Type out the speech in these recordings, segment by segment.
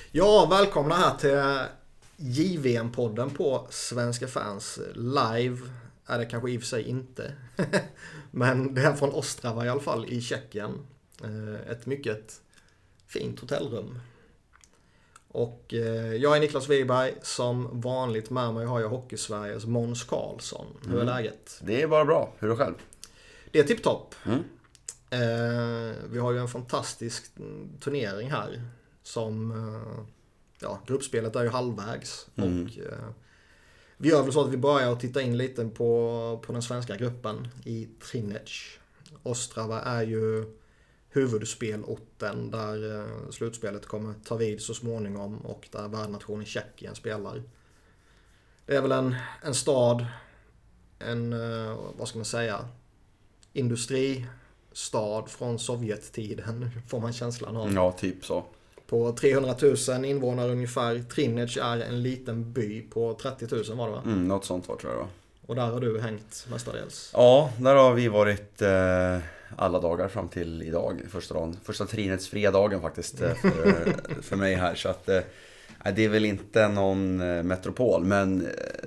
Ja, välkomna här till JVM-podden på Svenska fans. Live är det kanske i och för sig inte. Men det är från Ostrava i alla fall i Tjeckien. Ett mycket fint hotellrum. Och jag är Niklas Wiberg. Som vanligt med mig har jag Hockeysveriges Måns Karlsson. Hur är läget? Det är bara bra. Hur är det själv? Det är tipptopp. Vi har ju en fantastisk turnering här. Som... gruppspelet är ju halvvägs. Och vi gör väl så att vi börjar att titta in lite på den svenska gruppen i Trinec. Ostrava är ju huvudspelorten där slutspelet kommer ta vid så småningom och där värdnationen Tjeckien spelar. Det är väl en stad, vad ska man säga, industristad från Sovjettiden får man känslan av. Ja, typ så. På 300 000 invånare ungefär. Trinec är en liten by på 30 000 var det va? Något sånt var tror jag. Och där har du hängt mestadels. Ja, där har vi varit alla dagar fram till idag. Första Trinets fredagen faktiskt för mig här. Så att det är väl inte någon metropol. Men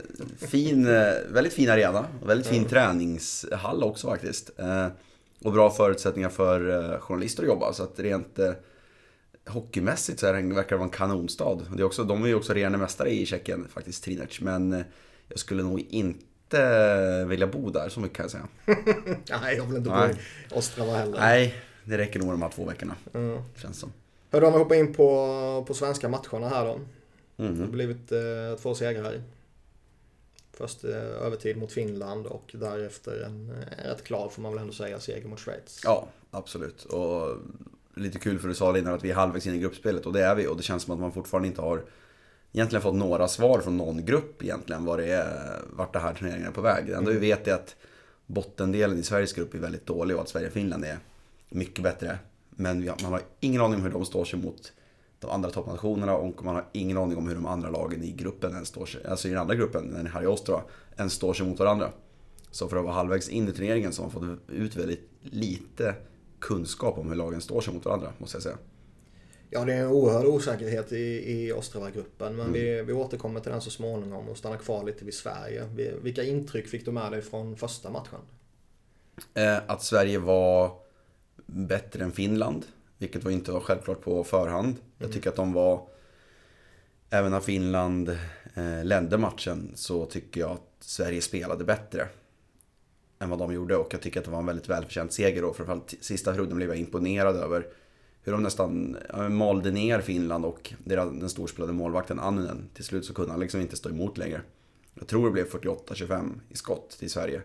väldigt fin arena. Väldigt fin träningshall också faktiskt. Och bra förutsättningar för journalister att jobba. Så att rent... hockeymässigt så verkar det vara en kanonstad. Det är också, de är ju också regerande mästare i Tjeckien faktiskt, Trinec. Men jag skulle nog inte vilja bo där så mycket kan jag säga. Nej, jag vill inte bo i Ostrava heller. Nej, det räcker nog de här 2 veckorna. Känns som. Hör du om vi hoppar in på svenska matcherna här då. Det har blivit 2 segrar. Först övertid mot Finland och därefter en rätt klar får man väl ändå säga seger mot Schweiz. Ja, absolut. Och lite kul för du sa innan att vi är halvvägs in i gruppspelet och det är vi, och det känns som att man fortfarande inte har egentligen fått några svar från någon grupp egentligen vart det här turneringen är på väg. Det enda vi vet är att bottendelen i Sveriges grupp är väldigt dålig och att Sverige och Finland är mycket bättre, men man har ingen aning om hur de står sig mot de andra toppnationerna och man har ingen aning om hur de andra lagen i gruppen än står sig, alltså i den andra gruppen, den här i Ostrava, än står sig mot varandra. Så för att vara halvvägs in i turneringen så har man fått ut väldigt lite kunskap om hur lagen står sig mot varandra, måste jag säga. Ja, det är en oerhörd osäkerhet i Ostrava-gruppen, men vi återkommer till den så småningom och stannar kvar lite vid Sverige. Vilka intryck fick du med dig från första matchen? Att Sverige var bättre än Finland, vilket inte var självklart på förhand. Jag tycker att de var, även när Finland ledde matchen, så tycker jag att Sverige spelade bättre än vad de gjorde, och jag tycker att det var en väldigt välförtjänt seger då. Framförallt sista perioden blev jag imponerad över hur de nästan malde ner Finland och den storspelade målvakten Annunen. Till slut så kunde han liksom inte stå emot längre. Jag tror det blev 48-25 i skott till Sverige.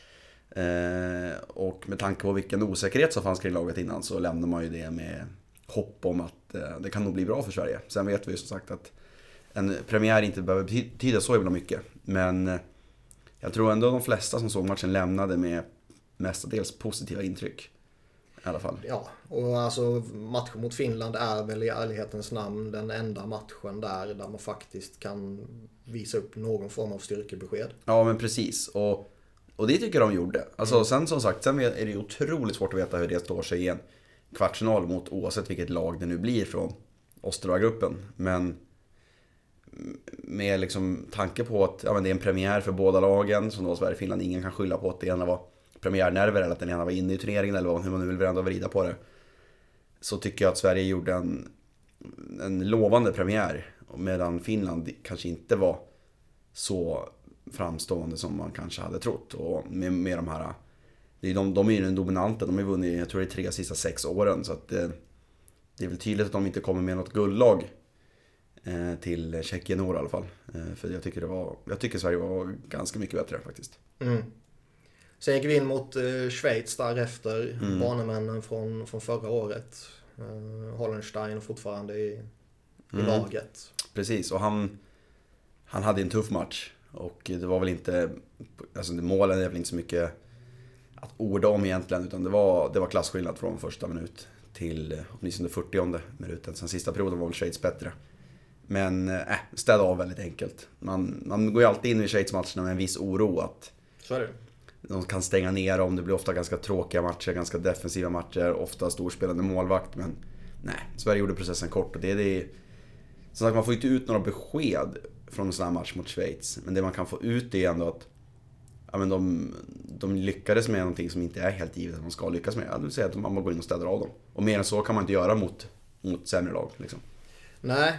Och med tanke på vilken osäkerhet som fanns kring laget innan så lämnar man ju det med hopp om att det kan nog bli bra för Sverige. Sen vet vi ju som sagt att en premiär inte behöver betyda så himla mycket, men jag tror ändå de flesta som såg matchen lämnade med mestadels positiva intryck i alla fall. Ja, och alltså matchen mot Finland är väl i ärlighetens namn den enda matchen där man faktiskt kan visa upp någon form av styrkebesked. Ja, men precis. Och det tycker jag de gjorde. Alltså sen som sagt, sen är det otroligt svårt att veta hur det står sig i en kvartsfinal mot oavsett vilket lag det nu blir från Ostrava-gruppen. Men med liksom tanke på att det är en premiär för båda lagen som då Sverige och Finland, ingen kan skylla på att det ena var premiärnerver eller att den ena var inne i turneringen eller hur man nu vill vända och vrida på det, så tycker jag att Sverige gjorde en lovande premiär, medan Finland kanske inte var så framstående som man kanske hade trott. Och med de här, de är ju den dominanten, de har vunnit, jag tror det är 3 sista 6 åren, så att det är väl tydligt att de inte kommer med något guldlag till Tjeckien i alla fall. För jag tycker Sverige var ganska mycket bättre faktiskt. Sen gick vi in mot Schweiz därefter, banemännen från förra året. Hollenstein fortfarande i laget. Precis, och han hade en tuff match. Och det var väl inte, alltså målen är väl inte så mycket att orda om egentligen, utan det var klassskillnad från första minut till åtminstone 40:e minuten. Sen sista perioden var väl Schweiz bättre. Men städa av väldigt enkelt. Man går ju alltid in i Schweiz-matcherna med en viss oro att så är det. De kan stänga ner dem. Det blir ofta ganska tråkiga matcher, ganska defensiva matcher, ofta storspelande målvakt. Men nej, Sverige gjorde processen kort och det Som sagt, man får inte ut några besked från en sån här match mot Schweiz. Men det man kan få ut är ändå att de lyckades med någonting som inte är helt givet att man ska lyckas med. Det vill säga att man går in och städar av dem. Och mer än så kan man inte göra mot sämre lag. Liksom. Nej.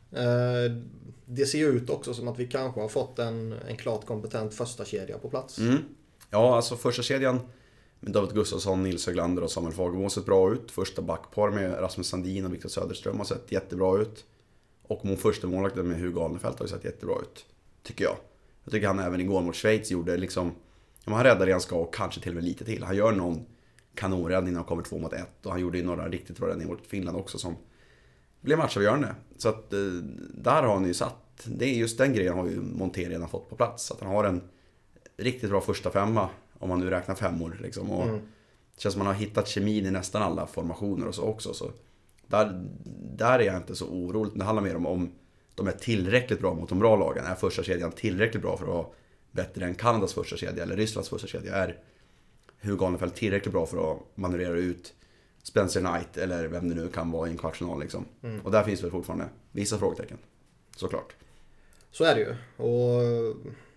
Det ser ju ut också som att vi kanske har fått en klart kompetent första kedja på plats. Ja, alltså första kedjan med David Gustafsson, Nils Höglander och Samuel Fagermo har sett bra ut. Första backpar med Rasmus Sandin och Viktor Söderström har sett jättebra ut. Och första målvakten med Hugo Alnefelt har sett jättebra ut, tycker jag. Jag tycker han även igår mot Schweiz gjorde liksom... Han räddade det han ska och kanske till och med lite till. Han gör någon kanonräddning när han kommer 2 mot 1. Och han gjorde ju några riktigt bra räddningar mot Finland också som blev matchavgörande. Så att där har han ju satt... Det är just den grejen har ju Monté redan fått på plats. Att han har en riktigt bra första femma, om man nu räknar femmor liksom. Och det känns som man har hittat kemin i nästan alla formationer och så också. Så där är jag inte så orolig. Det handlar mer om de är tillräckligt bra mot de bra lagen. Är första kedjan tillräckligt bra för att vara bättre än Kanadas första kedja eller Rysslands första kedja? Är Hugo Alnefelt tillräckligt bra för att manövrera ut Spencer Knight eller vem det nu kan vara i en kvartsfinal liksom? Och där finns väl fortfarande vissa frågetecken, såklart. Så är det ju. Och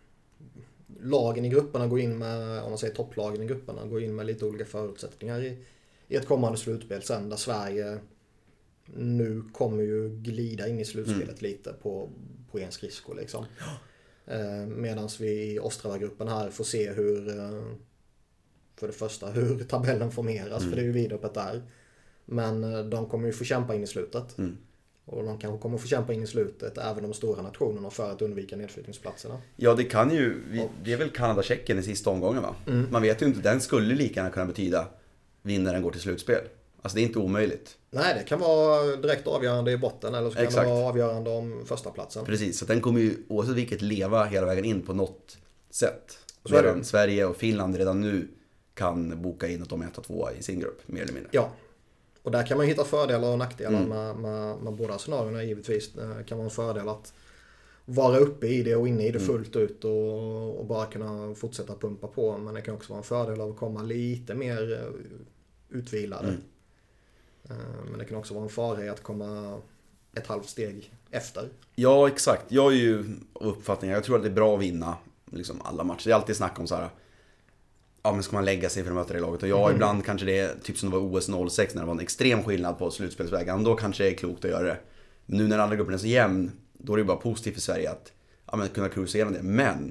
lagen i grupperna går in med, om man säger topplagen i grupperna, går in med lite olika förutsättningar i ett kommande slutspel sen, där Sverige nu kommer ju glida in i slutspelet lite på en skridsko liksom. Medan vi i Ostrava-gruppen här får se för det första hur tabellen formeras, för det är ju vidöppet där. Men de kommer ju få kämpa in i slutet. Och de kanske kommer få kämpa in i slutet även de stora nationerna för att undvika nedflyttningsplatserna. Ja, det kan ju, det är väl Kanada-Tjeckien i sista omgången va? Man vet ju inte, den skulle lika gärna kunna betyda vinnaren går till slutspel. Alltså det är inte omöjligt. Nej, det kan vara direkt avgörande i botten eller så kan det vara avgörande om första platsen. Precis, så den kommer ju oavsett vilket leva hela vägen in på något sätt. Sverige och Finland redan nu kan boka in att de är 1 och 2 i sin grupp, mer eller mindre. Ja, och där kan man hitta fördelar och nackdelar med båda scenarierna givetvis. Det kan vara en fördel att vara uppe i det och inne i det fullt ut och bara kunna fortsätta pumpa på. Men det kan också vara en fördel av att komma lite mer utvilade. Men det kan också vara en fara i att komma ett halvt steg efter. Ja, exakt. Jag är ju uppfattningen, jag tror att det är bra att vinna liksom alla matcher. Det är alltid snack om så här, ja men ska man lägga sig för att möta det laget? Och ibland kanske det är typ som det var OS 06 när det var en extrem skillnad på slutspelsvägen. Då kanske det är klokt att göra det. Men nu när den andra gruppen är så jämn, då är det bara positivt för Sverige att kunna cruisa igenom det. Men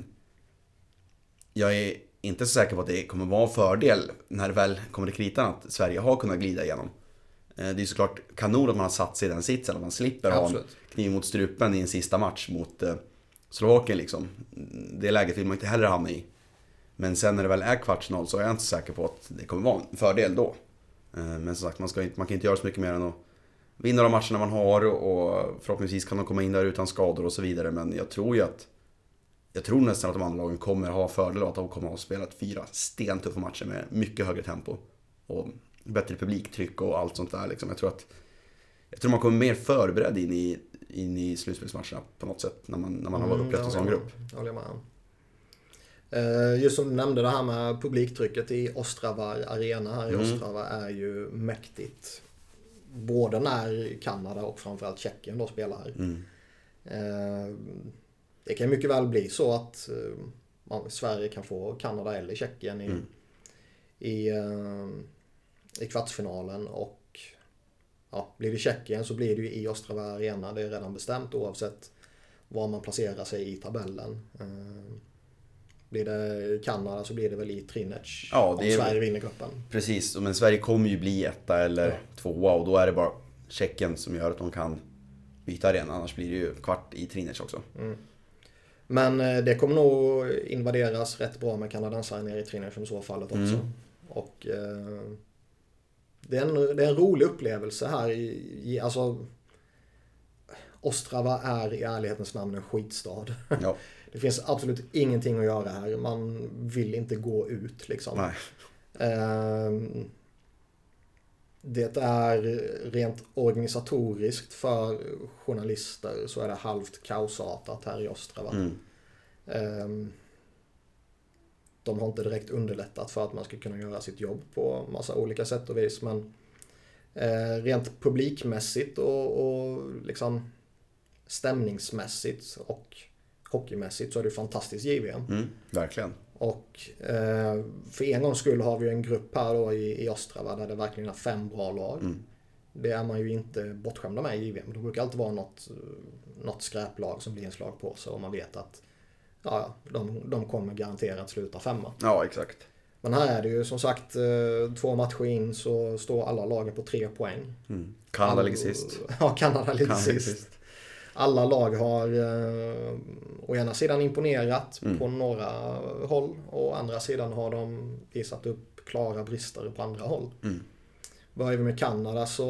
jag är inte så säker på att det kommer vara en fördel när det väl kommer till kritan att Sverige har kunnat glida igenom. Det är såklart kanon att man har satt sig i den sitsen, att man slipper ha en kniv mot strupen i en sista match mot Slovakien liksom. Det läget vill man inte heller hamna i. Men sen när det väl är kvartsfinal så är jag inte säker på att det kommer vara en fördel då. Men som sagt, man kan inte göra så mycket mer än att vinna de matcherna man har och förhoppningsvis kan de komma in där utan skador och så vidare. Men jag tror nästan att de andra lagen kommer ha fördel av att de kommer att ha spelat 4 stentuffa matcher med mycket högre tempo och bättre publiktryck och allt sånt där liksom. Jag tror man kommer mer förberedd in i slutspelsmatcherna på något sätt när man har varit upprätt som grupp. Håller jag med om. Just som du nämnde, det här med publiktrycket i Ostrava Arena här i Ostrava är ju mäktigt. Både när Kanada och framförallt Tjeckien då spelar här. Det kan mycket väl bli så att Sverige kan få Kanada eller Tjeckien i kvartsfinalen, och blir det Tjeckien så blir det ju i Ostrava Arena. Det är redan bestämt oavsett var man placerar sig i tabellen. Blir det Kanada så blir det väl i Trinec om Sverige vinner gruppen. Precis, men Sverige kommer ju bli 1 eller 2 och då är det bara Tjeckien som gör att de kan byta arena. Annars blir det ju kvart i Trinec också. Men det kommer nog invaderas rätt bra med kanadensare nere i Trinec som så fallet också. Och det är en rolig upplevelse här. Alltså, Ostrava är i ärlighetens namn en skitstad. Ja. Det finns absolut ingenting att göra här. Man vill inte gå ut liksom. Nej. Det är rent organisatoriskt för journalister så är det halvt kaosartat här i Ostrava. De har inte direkt underlättat för att man ska kunna göra sitt jobb på massa olika sätt och vis, men rent publikmässigt och liksom stämningsmässigt och hockeymässigt så är det fantastiskt JVM. Verkligen. Och för en gångs skull har vi en grupp här då i Ostrava där det verkligen är 5 bra lag. Det är man ju inte bortskämda med i JVM. Det brukar alltid vara något skräplag som blir en slag på sig och man vet att de kommer garanterat sluta 5. Ja, exakt. Men här är det ju som sagt 2 matcher in så står alla lagen på 3 poäng. Kanada ligger sist. Ja, Kanada ligger sist. Alla lag har å ena sidan imponerat på några håll och å andra sidan har de visat upp klara brister på andra håll. Börjar vi med Kanada så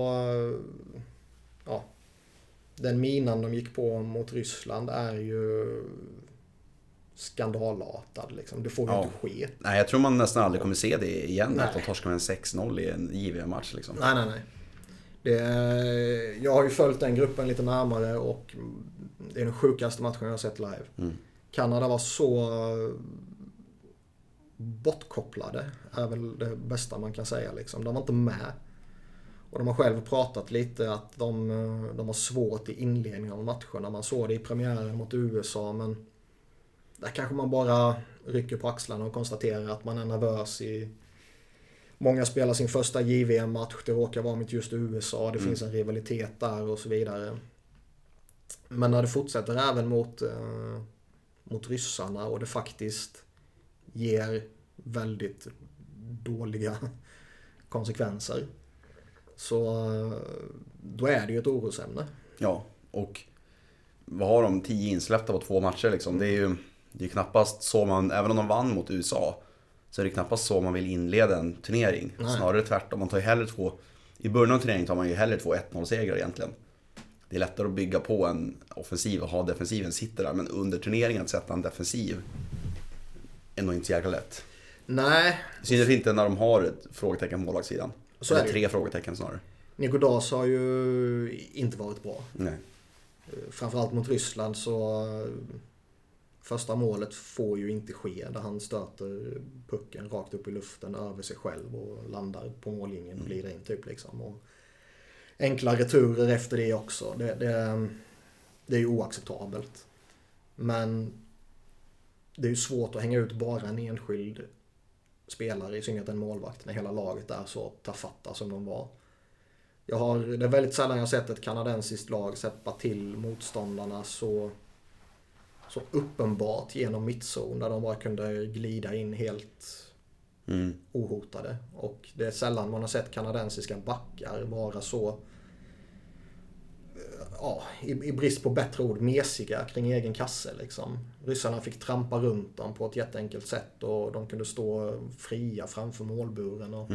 den minan de gick på mot Ryssland är ju skandalartad liksom. Det får ju inte ske. Nej, jag tror man nästan aldrig kommer se det igen. Att de torskar med en 6-0 i en JVM-match liksom. Nej. Jag har ju följt den gruppen lite närmare och det är den sjukaste matchen jag har sett live. Kanada var så bortkopplade är väl det bästa man kan säga liksom. De var inte med. Och de har själv pratat lite att de har svårt i inledningen av matcherna. Man såg det i premiären mot USA men där kanske man bara rycker på axlarna och konstaterar att man är nervös i... Många spelar sin första JVM-match, det råkar vara mot just USA, det finns en rivalitet där och så vidare. Men när det fortsätter även mot ryssarna och det faktiskt ger väldigt dåliga konsekvenser så då är det ju ett orosämne. Ja, och vad har de 10 insläppta på 2 matcher liksom? Det är ju knappast så man, även om de vann mot USA så är det knappast så man vill inleda en turnering. Nej. Snarare tvärtom, man tar ju hellre i början av turneringen tar man ju hellre 2 1-0-segrar egentligen. Det är lättare att bygga på en offensiv och ha defensiven sitter där, men under turneringen att sätta en defensiv är nog inte så jäkla lätt. Nej. Syns inte när de har ett frågetecken på målvaktssidan. Så eller 3 frågetecken snarare. Nico Daas har ju inte varit bra. Nej. Framförallt mot Ryssland så första målet får ju inte ske där han stöter pucken rakt upp i luften över sig själv och landar på mållinjen och glider in typ liksom. Och enkla returer efter det också. Det är ju oacceptabelt. Men det är ju svårt att hänga ut bara en enskild spelare, i synnerhet en målvakt, när hela laget är så tafatta som de var. Det är väldigt sällan jag har sett ett kanadensiskt lag släppa till motståndarna så uppenbart genom mittzon där de bara kunde glida in helt ohotade. Och det är sällan man har sett kanadensiska backar vara så i brist på bättre ord mesiga kring egen kasse liksom. Ryssarna fick trampa runt dem på ett jätteenkelt sätt och de kunde stå fria framför målburen och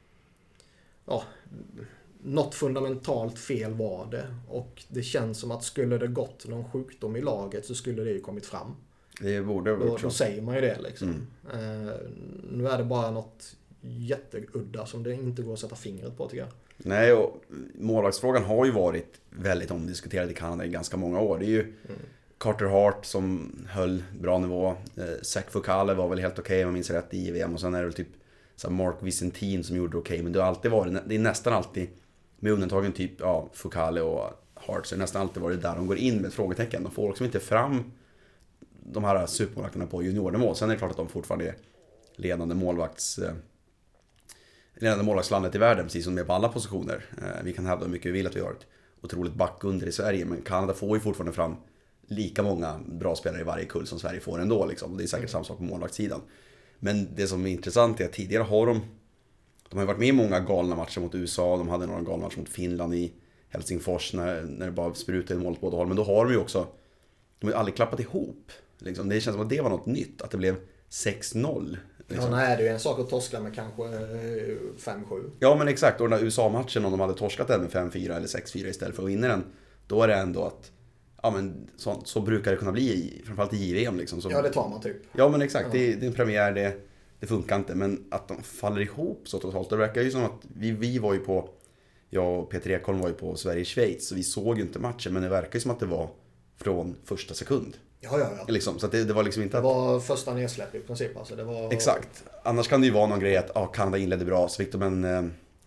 något fundamentalt fel var det och det känns som att skulle det gått någon sjukdom i laget så skulle det ju kommit fram. Det borde ha då säger man ju det liksom. Nu är det bara något jätteudda som det inte går att sätta fingret på tycker jag. Nej, och målvaktsfrågan har ju varit väldigt omdiskuterad i Kanada i ganska många år. Det är ju Carter Hart som höll bra nivå. Zach Fucale var väl helt okej om jag minns rätt i JVM. Och sen är det typ så Mark Vicentin som gjorde okej. Men det har alltid varit, det är nästan alltid, med undantagen typ Fucale och Hart, så är det nästan alltid varit där de går in med frågetecken. De får liksom inte fram de här supermålvakterna på juniornivå. Sen är det klart att de fortfarande är ledande målvaktslandet i världen, precis som de är på alla positioner. Vi kan hävda hur mycket vi vill att vi har ett otroligt backunder i Sverige, men Kanada får ju fortfarande fram lika många bra spelare i varje kull som Sverige får ändå. Liksom. Det är säkert samma sak på målvaktssidan. Men det som är intressant är att tidigare har de har varit med i många galna matcher mot USA, de hade några galna matcher mot Finland i Helsingfors när det bara sprutade mål på båda håll. Men då har de ju också, de har aldrig klappat ihop. Liksom. Det känns som att det var något nytt, att det blev 6-0. Liksom. Ja, nej, det är ju en sak att torska med kanske 5-7. Ja, men exakt. Och den där USA-matchen, om de hade torskat den med 5-4 eller 6-4 istället för att vinna den, då är det ändå att så brukar det kunna bli, framförallt i JVM. Liksom. Ja, det tar man typ. Ja, men exakt. Det är en premiär, det funkar inte. Men att de faller ihop så totalt, det verkar ju som att vi var ju på, jag och Peter Ekholm var ju på Sverige-Schweiz, så vi såg ju inte matchen, men det verkar ju som att det var från första sekund. Ja. Liksom, så att det var liksom inte det var första nedsläpp i princip. Alltså det var... Exakt. Annars kan det ju vara någon grej att Kanada inledde bra, så fick de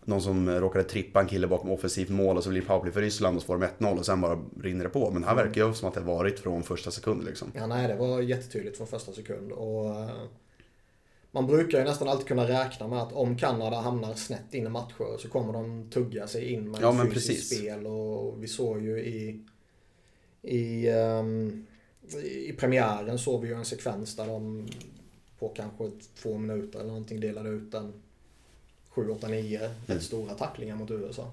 någon som råkade trippa en kille bakom offensivt mål och så blir det powerplay för Ryssland och så får de 1-0 och sen bara rinner det på. Men här verkar ju som att det varit från första sekund liksom. Ja, nej, det var jättetydligt från första sekund. Och man brukar ju nästan alltid kunna räkna med att om Kanada hamnar snett in i matcher så kommer de tugga sig in med fysiskt spel. Och vi såg ju i premiären såg vi ju en sekvens där de på kanske 2 minuter eller någonting delade ut en 7-8-9 rätt stora tacklingar mot USA.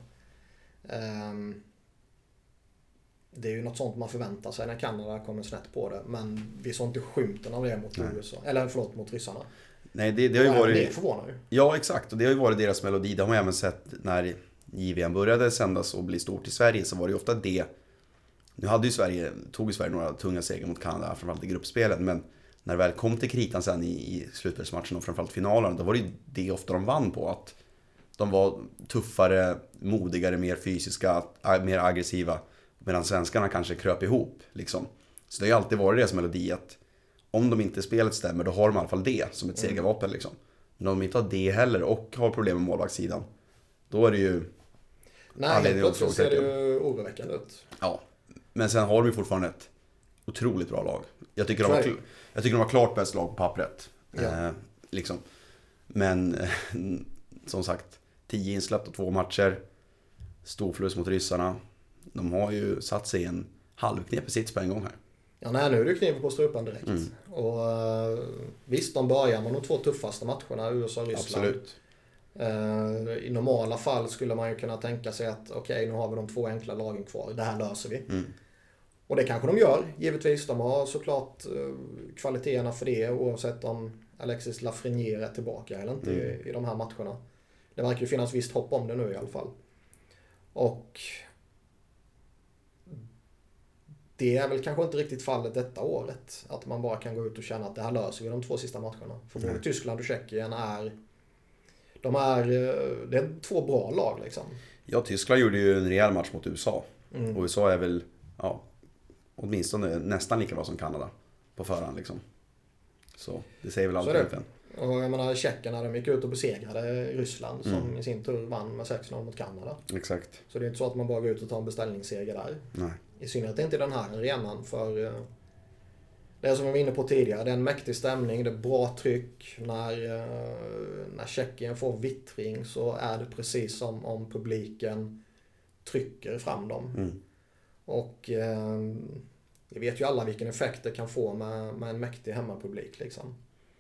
Det är ju något sånt man förväntar sig när Kanada kommer snett på det. Men vi såg inte skymten av det mot USA. Eller förlåt, mot ryssarna. Nej, det har ju varit... Det förvånar ju. Ja, exakt. Och det har ju varit deras melodi. Det har man även sett när JVM började sändas och bli stort i Sverige. Så var det ju ofta det. Nu tog ju Sverige några tunga segrar mot Kanada, framförallt i gruppspelen. Men när det väl kom till kritan sen i slutspelsmatchen och framförallt finalen, då var det ju det ofta de vann på. Att de var tuffare, modigare, mer fysiska, mer aggressiva. Medan svenskarna kanske kröp ihop. Liksom. Så det har ju alltid varit deras melodi att om de inte spelet stämmer, då har de i alla fall det som ett segervapen. Liksom. Men om de inte har det heller och har problem med målvaktssidan, då är det ju... Nej, helt plötsligt ser det ju oroväckande ut. Ja, men sen har de ju fortfarande ett otroligt bra lag. Jag tycker de var klart bäst lag på pappret. Ja. Liksom. Men som sagt, 10 insläppta 2 matcher. Stor förlust mot ryssarna. De har ju satt sig i en halvknepig sits på en gång här. Ja, nej, nu är det kniven på strupen direkt. Och visst, de börjar med de 2 tuffaste matcherna, USA och Ryssland. Absolut. I normala fall skulle man ju kunna tänka sig att okej, nu har vi de 2 enkla lagen kvar. Det här löser vi. Och det kanske de gör, givetvis. De har såklart kvaliteterna för det, oavsett om Alexis Lafreniere är tillbaka eller inte i de här matcherna. Det verkar ju finnas visst hopp om det nu i alla fall. Och det är väl kanske inte riktigt fallet detta året. Att man bara kan gå ut och känna att det här löser vi de 2 sista matcherna. För både Tyskland och Tjeckien det är 2 bra lag liksom. Ja, Tyskland gjorde ju en rejäl match mot USA. Och USA är väl åtminstone nästan lika bra som Kanada på förhand liksom. Så det säger väl allt egentligen. Och jag menar, tjeckerna, de gick ut och besegrade Ryssland som i sin tur vann med 6-0 mot Kanada. Exakt. Så det är inte så att man bara går ut och tar en beställningsseger där. Nej. I synnerhet inte i den här arenan, för det som vi var inne på tidigare, det är en mäktig stämning, det är bra tryck. När Tjeckien får vittring så är det precis som om publiken trycker fram dem. Och vi vet ju alla vilken effekt det kan få med en mäktig hemmapublik liksom.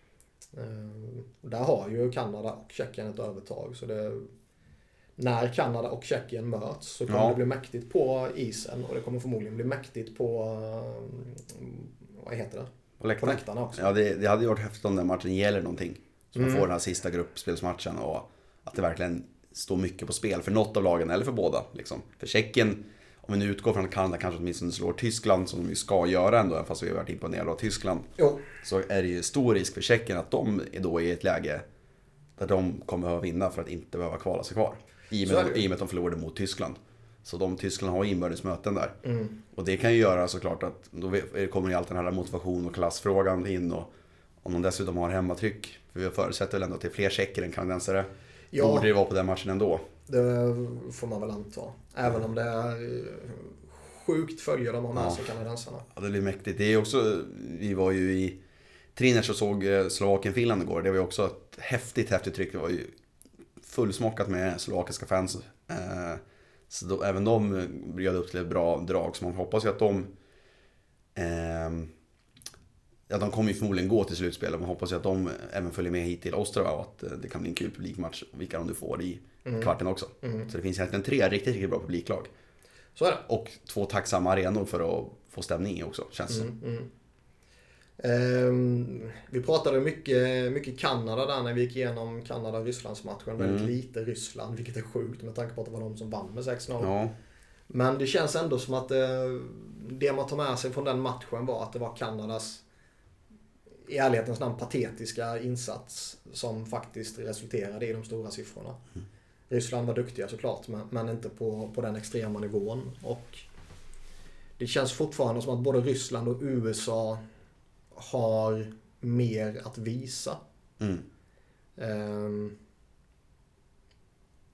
Där har ju Kanada och Tjeckien ett övertag, så när Kanada och Tjeckien möts så kommer det bli mäktigt på isen, och det kommer förmodligen bli mäktigt på vad heter det? På läktarna också. Ja, det hade ju varit häftigt om den matchen gäller någonting. Så man får den här sista gruppspelsmatchen och att det verkligen står mycket på spel för något av lagen eller för båda liksom. För Tjeckien, om vi nu utgår från att Kanada kanske åtminstone slår Tyskland, som de ju ska göra ändå, fast vi har varit imponerade av Tyskland. Så är det ju stor risk för Tjeckien att de är då i ett läge där de kommer att vinna för att inte behöva kvala sig kvar. I och med att de förlorade mot Tyskland. Så Tyskland har inbördes möten där. Och det kan ju göra såklart att då kommer ju allt den här motivation och klassfrågan in, och om de dessutom har hemmatryck, för vi förutsätter väl ändå att det är fler tjecker än kanadensare. Borde det vara på den matchen ändå. Det får man väl anta. Även om det är sjukt följer de har med sig kanadensarna. Ja, det blir mäktigt. Det är också, vi var ju i Trinec och såg Slovakien-Finland igår. Det var ju också ett häftigt tryck. Det var ju fullsmockat med slovakiska fans. Så även de bjöd upp till ett bra drag. Så man hoppas ju att de kommer ju förmodligen gå till slutspel. Man hoppas ju att de även följer med hit till Ostrava, och att det kan bli en kul publikmatch, vilka de du får i kvarten också. Så det finns egentligen 3 riktigt bra publiklag. Så är det. Och 2 tacksamma arenor för att få stämning i också, känns det som. Vi pratade mycket Kanada där när vi gick igenom Kanada-Rysslandsmatchen. Väldigt lite Ryssland, vilket är sjukt med tanke på att det var de som vann med 6-0. Ja. Men det känns ändå som att det man tar med sig från den matchen var att det var Kanadas, i ärlighetens namn, patetiska insats som faktiskt resulterade i de stora siffrorna. Ryssland var duktiga såklart, men inte på den extrema nivån. Och det känns fortfarande som att både Ryssland och USA har mer att visa.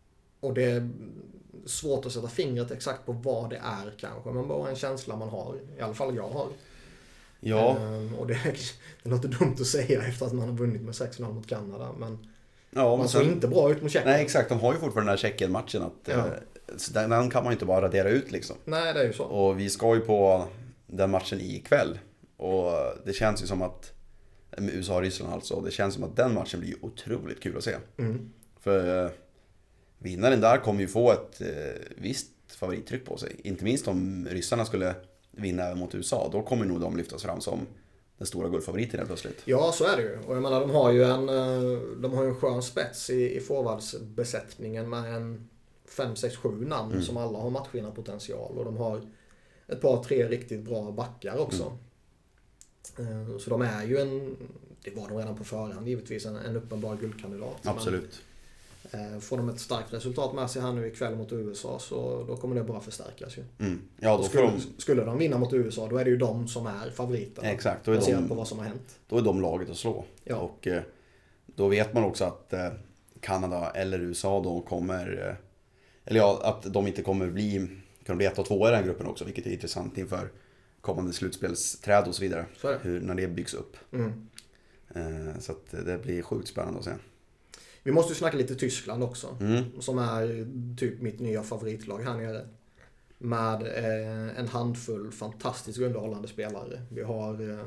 Och det är svårt att sätta fingret exakt på vad det är kanske. Men bara en känsla man har. I alla fall jag har. Ja. Och det låter dumt att säga efter att man har vunnit med 6-0 mot Kanada. Men Ja, man såg inte bra ut mot Tjeckien. Nej, exakt. De har ju fortfarande den här Tjeckien-matchen. Den kan man ju inte bara radera ut liksom. Nej, det är ju så. Och vi ska ju på den matchen ikväll. Och det känns ju som att USA-Ryssland alltså. Det känns som att den matchen blir ju otroligt kul att se. För vinnaren där kommer ju få ett visst favorittryck på sig. Inte minst om ryssarna skulle vinna även mot USA. Då kommer nog de lyftas fram som den stora guldfavoriten helt plötsligt. Ja, så är det ju. Och jag menar, de har ju en skön spets i forwardsbesättningen med en 5, 6, 7 namn som alla har matchvinnarpotential. Och de har ett par, 3 riktigt bra backar också. Så de är ju det var de redan på förhand givetvis, en uppenbar guldkandidat. Absolut. Men får de ett starkt resultat med sig här nu ikväll mot USA, så då kommer det bara förstärkas ju. Ja, då skulle de vinna mot USA, då är det ju de som är favoriterna. Exakt, baserat på vad som har hänt. Då är de laget att slå. Ja. Och då vet man också att Kanada eller USA då kommer, att de inte kommer kunna bli 1 och 2 i den här gruppen också, vilket är intressant inför kommande slutspelsträd och så vidare. När det byggs upp. Så att det blir sjukt spännande att se. Vi måste ju snacka lite Tyskland också. Som är typ mitt nya favoritlag här nere. Med en handfull fantastiskt underhållande spelare. Vi har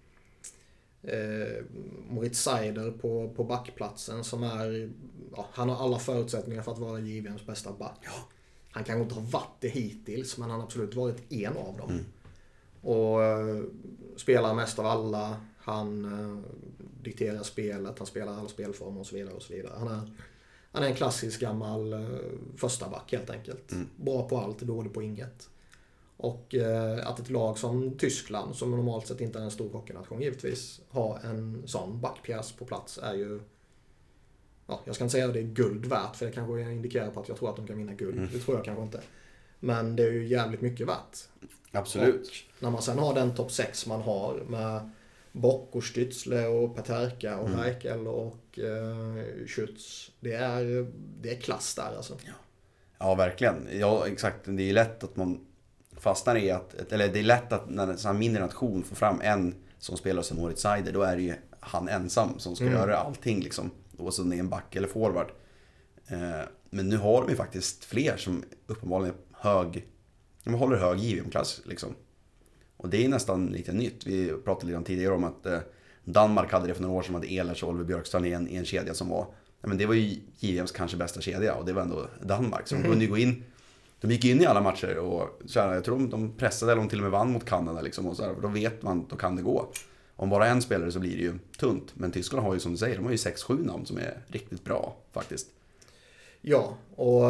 Moritz Seider på backplatsen som han har alla förutsättningar för att vara JVMs bästa back. Ja. Han kanske inte har varit det hittills, men han har absolut varit en av dem. Och spelar mest av alla. Han dikterar spelet, han spelar alla spelformer och så vidare och så vidare. Han är en klassisk gammal första back helt enkelt. Bra på allt, dålig på inget. Och att ett lag som Tyskland, som normalt sett inte är en stor hockeynation givetvis, har en sån backpjäs på plats är ju, jag ska inte säga att det är guld värt, för det kanske indikerar på att jag tror att de kan vinna guld. Det tror jag kanske inte. Men det är ju jävligt mycket värt. Absolut. Och när man sen har den topp 6 man har med Bock och Stützle och Peterka och Reichel och Schütz. Det är klass där alltså. Ja, verkligen. Ja, exakt. Det är lätt att man fastnar i eller det är lätt att när en sån här mindre nation får fram en som spelar som Moritz Seider, då är det ju han ensam som ska göra allting liksom. Oavsett om det är en back eller forward. Men nu har de ju faktiskt fler som uppenbarligen håller hög JVM-klass liksom. Och det är nästan lite nytt. Vi pratade lite tidigare om att Danmark hade det för några år sedan, hade Ehlers och Oliver Björkstrand i en kedja som var, men det var ju JVMs kanske bästa kedja, och det var ändå Danmark. Så de kunde ju gå in, de gick in i alla matcher och så här, jag tror de pressade eller de till och med vann mot Kanada liksom, och så här, då vet man, då kan det gå. Om bara en spelare så blir det ju tunt, men Tyskland har ju, som du säger, de har ju 6-7 namn som är riktigt bra faktiskt. Ja, och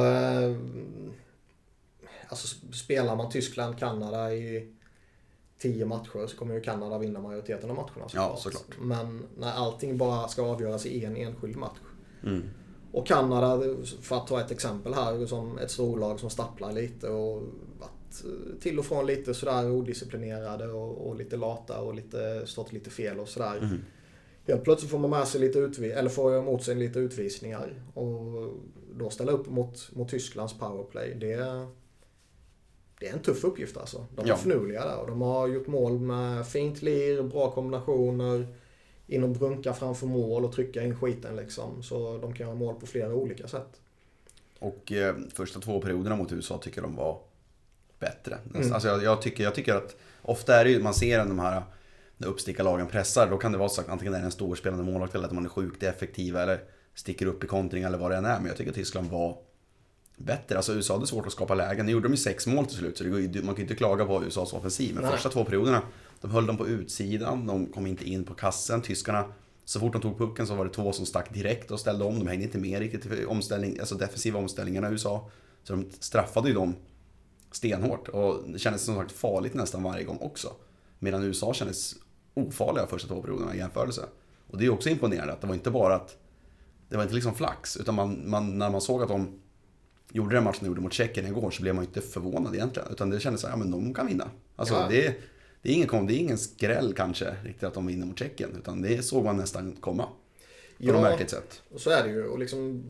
alltså spelar man Tyskland-Kanada i 10 matcher så kommer ju Kanada vinna majoriteten av matcherna. Ja, såklart. Men när allting bara ska avgöras i en enskild match. Och Kanada, för att ta ett exempel här, som ett storlag som stapplar lite och varit till och från lite sådär odisciplinerade och lite lata och stått lite fel och sådär. Helt plötsligt får man med sig får emot sig lite utvisningar, och då ställa upp mot Tysklands powerplay. Det är en tuff uppgift alltså. De är finurliga där och de har gjort mål med fint lir, bra kombinationer, in och brunka framför mål och trycka in skiten liksom. Så de kan göra mål på flera olika sätt. Och första 2 perioderna mot USA tycker de var bättre. Alltså jag tycker att ofta är det ju, man ser de här när uppstickarlagen pressar, då kan det vara så att antingen är det en storspelande målvakt eller att man är sjukt effektiv eller sticker upp i kontring eller vad det än är. Men jag tycker att Tyskland var bättre. Alltså USA hade svårt att skapa lägen. Nu gjorde de ju 6 mål till slut, så man kan ju inte klaga på USAs offensiv. Men första 2 perioderna, de höll dem på utsidan, de kom inte in på kassen. Tyskarna, så fort de tog pucken så var det 2 som stack direkt och ställde om. De hängde inte med riktigt i defensiva omställningarna i USA. Så de straffade ju dem stenhårt, och det kändes som sagt farligt nästan varje gång också. Medan USA kändes ofarliga första 2 perioderna i jämförelse. Och det är också imponerande att det var inte bara att det var inte liksom flax, utan när man såg att de gjorde den matchen de gjorde mot Tjeckien igår, så blev man inte förvånad egentligen, utan det kändes så här, men de kan vinna. Alltså det är ingen skräll kanske riktigt att de vinner mot Tjeckien, utan det såg man nästan komma på något märkligt sätt. Så är det ju, och liksom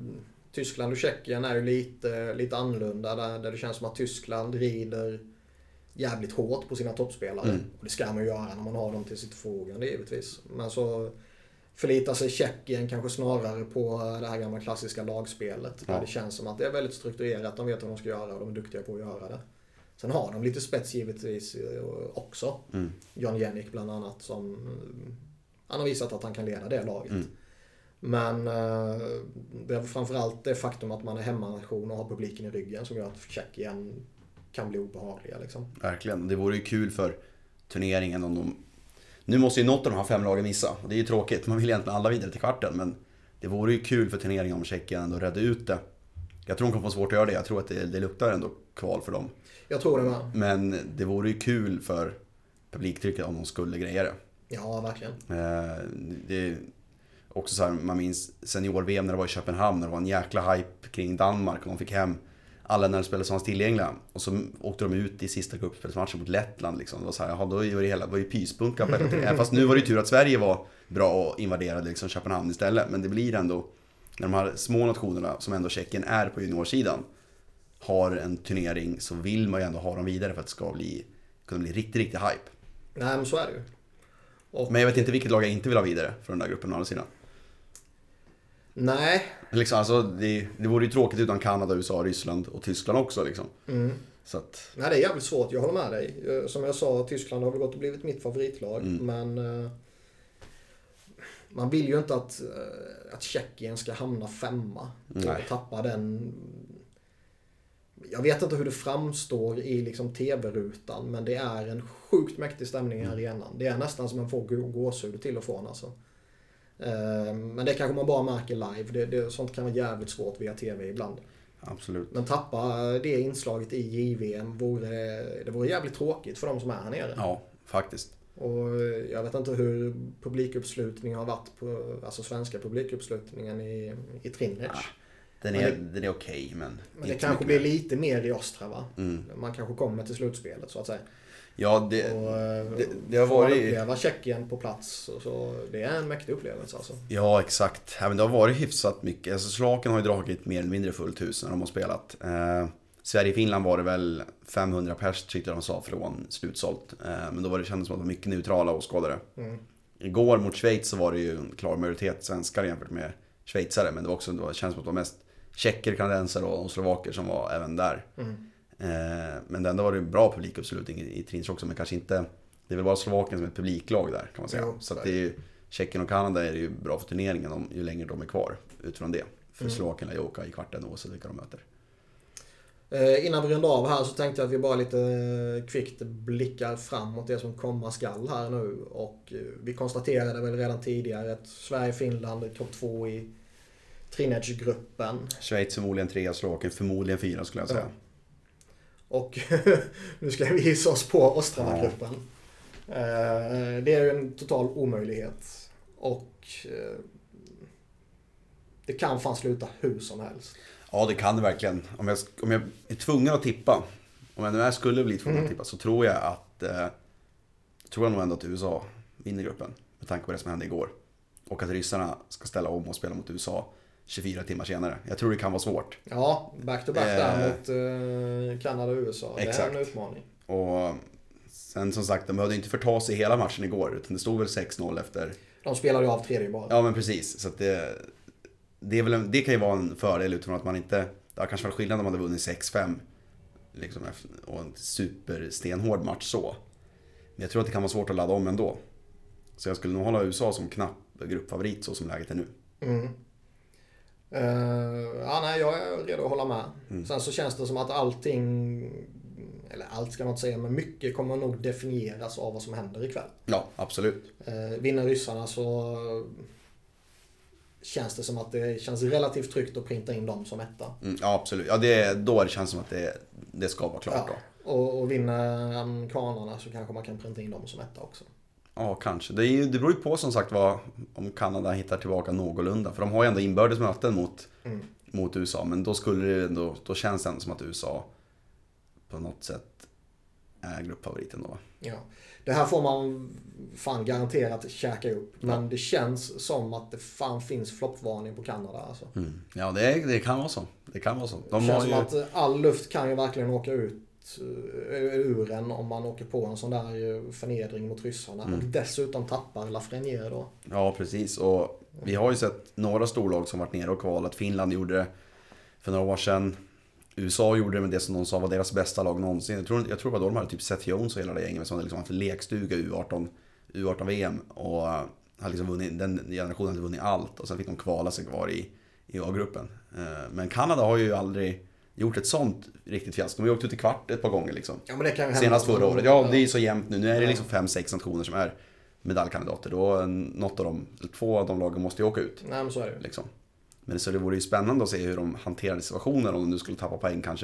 Tyskland och Tjeckien är ju lite annorlunda. Där det känns som att Tyskland rider jävligt hårt på sina toppspelare. Och det ska man ju göra när man har dem till sitt förfogande givetvis. Men så förlitar sig Tjeckien kanske snarare på det här gamla klassiska lagspelet. Där det känns som att det är väldigt strukturerat. De vet vad de ska göra och de är duktiga på att göra det. Sen har de lite spets givetvis också. John Jennick bland annat som han har visat att han kan leda det laget. Men det är framförallt det faktum att man är hemmanation och har publiken i ryggen som gör att Tjeckien kan bli obehagliga liksom. Verkligen, det vore ju kul för turneringen om de... Nu måste ju något av de här 5 lagen missa, och det är ju tråkigt, man vill egentligen alla vidare till kvarten, men det vore ju kul för turneringen om Tjeckien ändå räddade ut det. Jag tror de kommer få svårt att göra det, jag tror att det luktar ändå kval för dem. Jag tror det med. Men det vore ju kul för publiktrycket om de skulle greja det. Ja, verkligen. Det är också så här, man minns senior-VM när det var i Köpenhamn, när det var en jäkla hype kring Danmark och de fick hem alla när det spelade som var tillgängliga. Och så åkte de ut i sista gruppspelsmatchen mot Lettland. Liksom. Det var så här, jaha, då var det pyspunka på det. Fast nu var det ju tur att Sverige var bra och invaderade liksom Köpenhamn istället. Men det blir ändå, när de här små nationerna, som ändå Tjeckien är på juniorsidan, har en turnering, så vill man ju ändå ha dem vidare för att det ska kunna bli riktigt hype. Nej, men så är det ju. Men jag vet inte vilket lag jag inte vill ha vidare från den där gruppen å andra sidan. Nej. Liksom, alltså, det vore ju tråkigt utan Kanada, USA, Ryssland och Tyskland också. Liksom. Så att... Nej, det är jävligt svårt. Jag håller med dig. Som jag sa, Tyskland har väl gått och blivit mitt favoritlag. Men man vill ju inte att Tjeckien ska hamna 5 och tappa den. Jag vet inte hur det framstår i liksom tv-rutan, men det är en sjukt mäktig stämning i arenan. Det är nästan som en får gåshud till och från alltså. Men det kanske man bara märker live. Sånt kan vara jävligt svårt via tv ibland. Absolut. Men tappa det inslaget i JVM vore jävligt tråkigt för de som är här nere. Ja, faktiskt. Och jag vet inte hur publikuppslutningen har varit på, alltså svenska publikuppslutningen i Trinec. Ja, den är okej, men det kanske blir lite mer i Ostrava. Man kanske kommer till slutspelet så att säga. Ja, det har varit... uppleva Tjeckien på plats. Så det är en mäktig upplevelse alltså. Ja, exakt. Ja, men det har varit hyfsat mycket. Alltså, Slovakien har ju dragit mer eller mindre fullt hus när de har spelat. Sverige-Finland var det väl 500 pers tyckte de sa från slutsålt. Men då kändes det som att det var mycket neutrala åskådare. Igår mot Schweiz så var det ju en klar majoritet svenskar jämfört med schweizare. Men det kändes som att det var mest tjecker, kanadensare och slovaker som var även där. Men ändå var det bra publikuppslutning i Trinec också, men kanske inte. Det är väl bara Slovakien som är ett publiklag där kan man säga. Så att det är ju, Tjeckien och Kanada är det ju bra för turneringen ju längre de är kvar utifrån det. För Slovakien lär ju åka i kvarten oavsett vilka de möter. Innan vi rundar av här så tänkte jag att vi bara lite kvickt blickar framåt det som komma skall här nu. Och vi konstaterade väl redan tidigare att Sverige-Finland är topp 2 i Trinec-gruppen. Schweiz förmodligen 3, Slovakien förmodligen 4 skulle jag säga. Och nu ska vi gissa oss på Ostrava-gruppen. Det är ju en total omöjlighet. Och det kan fan sluta hur som helst. Ja, det kan det verkligen. Om jag är tvungen att tippa, om jag nu skulle bli tvungen att tippa, så tror jag nog ändå att USA vinner gruppen. Med tanke på det som hände igår. Och att ryssarna ska ställa om och spela mot USA 24 timmar senare. Jag tror det kan vara svårt. Ja, back-to-back där mot Kanada och USA. Exakt. Det är en utmaning. Och sen som sagt, de behövde inte förta sig hela matchen igår. Utan det stod väl 6-0 efter... De spelade ju av tredje bara. Ja, men precis. Så att det kan ju vara en fördel utifrån att man inte... Det har kanske varit skillnad om man hade vunnit 6-5. Liksom, och en superstenhård match så. Men jag tror att det kan vara svårt att ladda om ändå. Så jag skulle nog hålla USA som knapp gruppfavorit så som läget är nu. Jag är redo att hålla med. Sen så känns det som att allting, eller allt ska man inte säga, men mycket kommer nog definieras av vad som händer ikväll. Ja, absolut. Vinner ryssarna så känns det som att det känns relativt tryggt att printa in dem som etta. Ja, absolut. Ja, då det känns som att det ska vara klart då. Och vinner amerikanerna så kanske man kan printa in dem som etta också. Ja, kanske. Det beror ju på som sagt om Kanada hittar tillbaka någorlunda. För de har ju ändå inbördes möten mot USA. Men då känns det ändå som att USA på något sätt är gruppfavoriten då. Ja. Det här får man fan garanterat käka upp. Men det känns som att det fan finns floppvarning på Kanada. Alltså. Ja, det kan vara så. Det kan vara så. Det känns som att all luft kan ju verkligen åka ut ur en om man åker på en sån där förnedring mot ryssarna. Och dessutom tappar Lafreniere då. Ja, precis. Och vi har ju sett några storlag som varit nere och kvalat. Finland gjorde det för några år sedan. USA gjorde det med det som de sa var deras bästa lag någonsin. Jag tror att de hade typ Seth Jones och hela det gänget som hade liksom haft lekstuga U18 VM och hade liksom vunnit, den generationen hade vunnit allt och sen fick de kvala sig kvar i A-gruppen. Men Kanada har ju aldrig gjort ett sånt riktigt fiasko. De har ju åkt ut i kvart ett par gånger liksom. Ja, men det kan ju senast förra året. Ja, det är ju så jämnt nu. Nu är det liksom 5-6 nationer som är medaljkandidater. Då något av dem, eller 2 av de lagen måste ju åka ut. Nej, men så är det. Liksom. Men så det vore ju spännande att se hur de hanterade situationen om de nu skulle tappa poäng kanske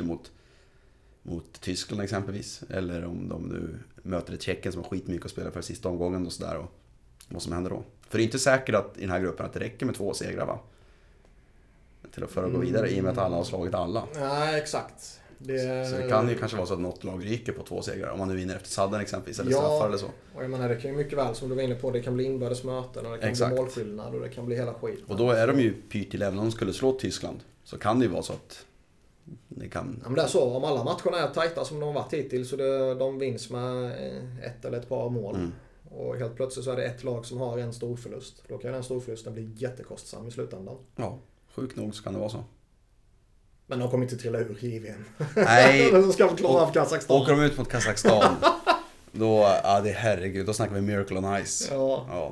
mot Tyskland exempelvis. Eller om de nu möter ett Tjeckien som har skitmycket att spela för sista omgången och sådär. Och vad som händer då. För det är inte säkert att i den här gruppen att det räcker med 2 segrar va? Till att föra gå vidare i och med att alla har slagit alla. Nej, exakt. Så det kan ju kanske vara så att något lag ryker på 2 segrar. Om man nu vinner efter sadden exempelvis. Eller straffar eller så. Och jag menar det kan ju mycket väl som du var inne på. Det kan bli inbördes möten och det kan bli målskillnad och det kan bli hela skit. Och då är de ju pyrt till även om de skulle slå Tyskland. Så kan det ju vara så att det kan... Ja, men det är så. Om alla matcherna är tajta som de har varit hittills så de vinns med 1 eller ett par mål. Och helt plötsligt så är det ett lag som har en stor förlust. Då kan den storförlusten bli jättekostsam i slutändan. Ja, sjukt nog så kan det vara så. Men de kommer inte trilla ur JVM. Nej. De ska klara av Kazakstan. Åker de ut mot Kazakstan då, ja det herregud, då snackar vi Miracle on Ice. Ja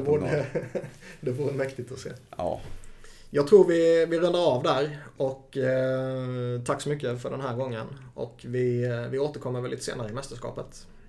det vore mäktigt att se. Ja. Jag tror vi rundar av där och tack så mycket för den här gången. Och vi återkommer väl lite senare i mästerskapet.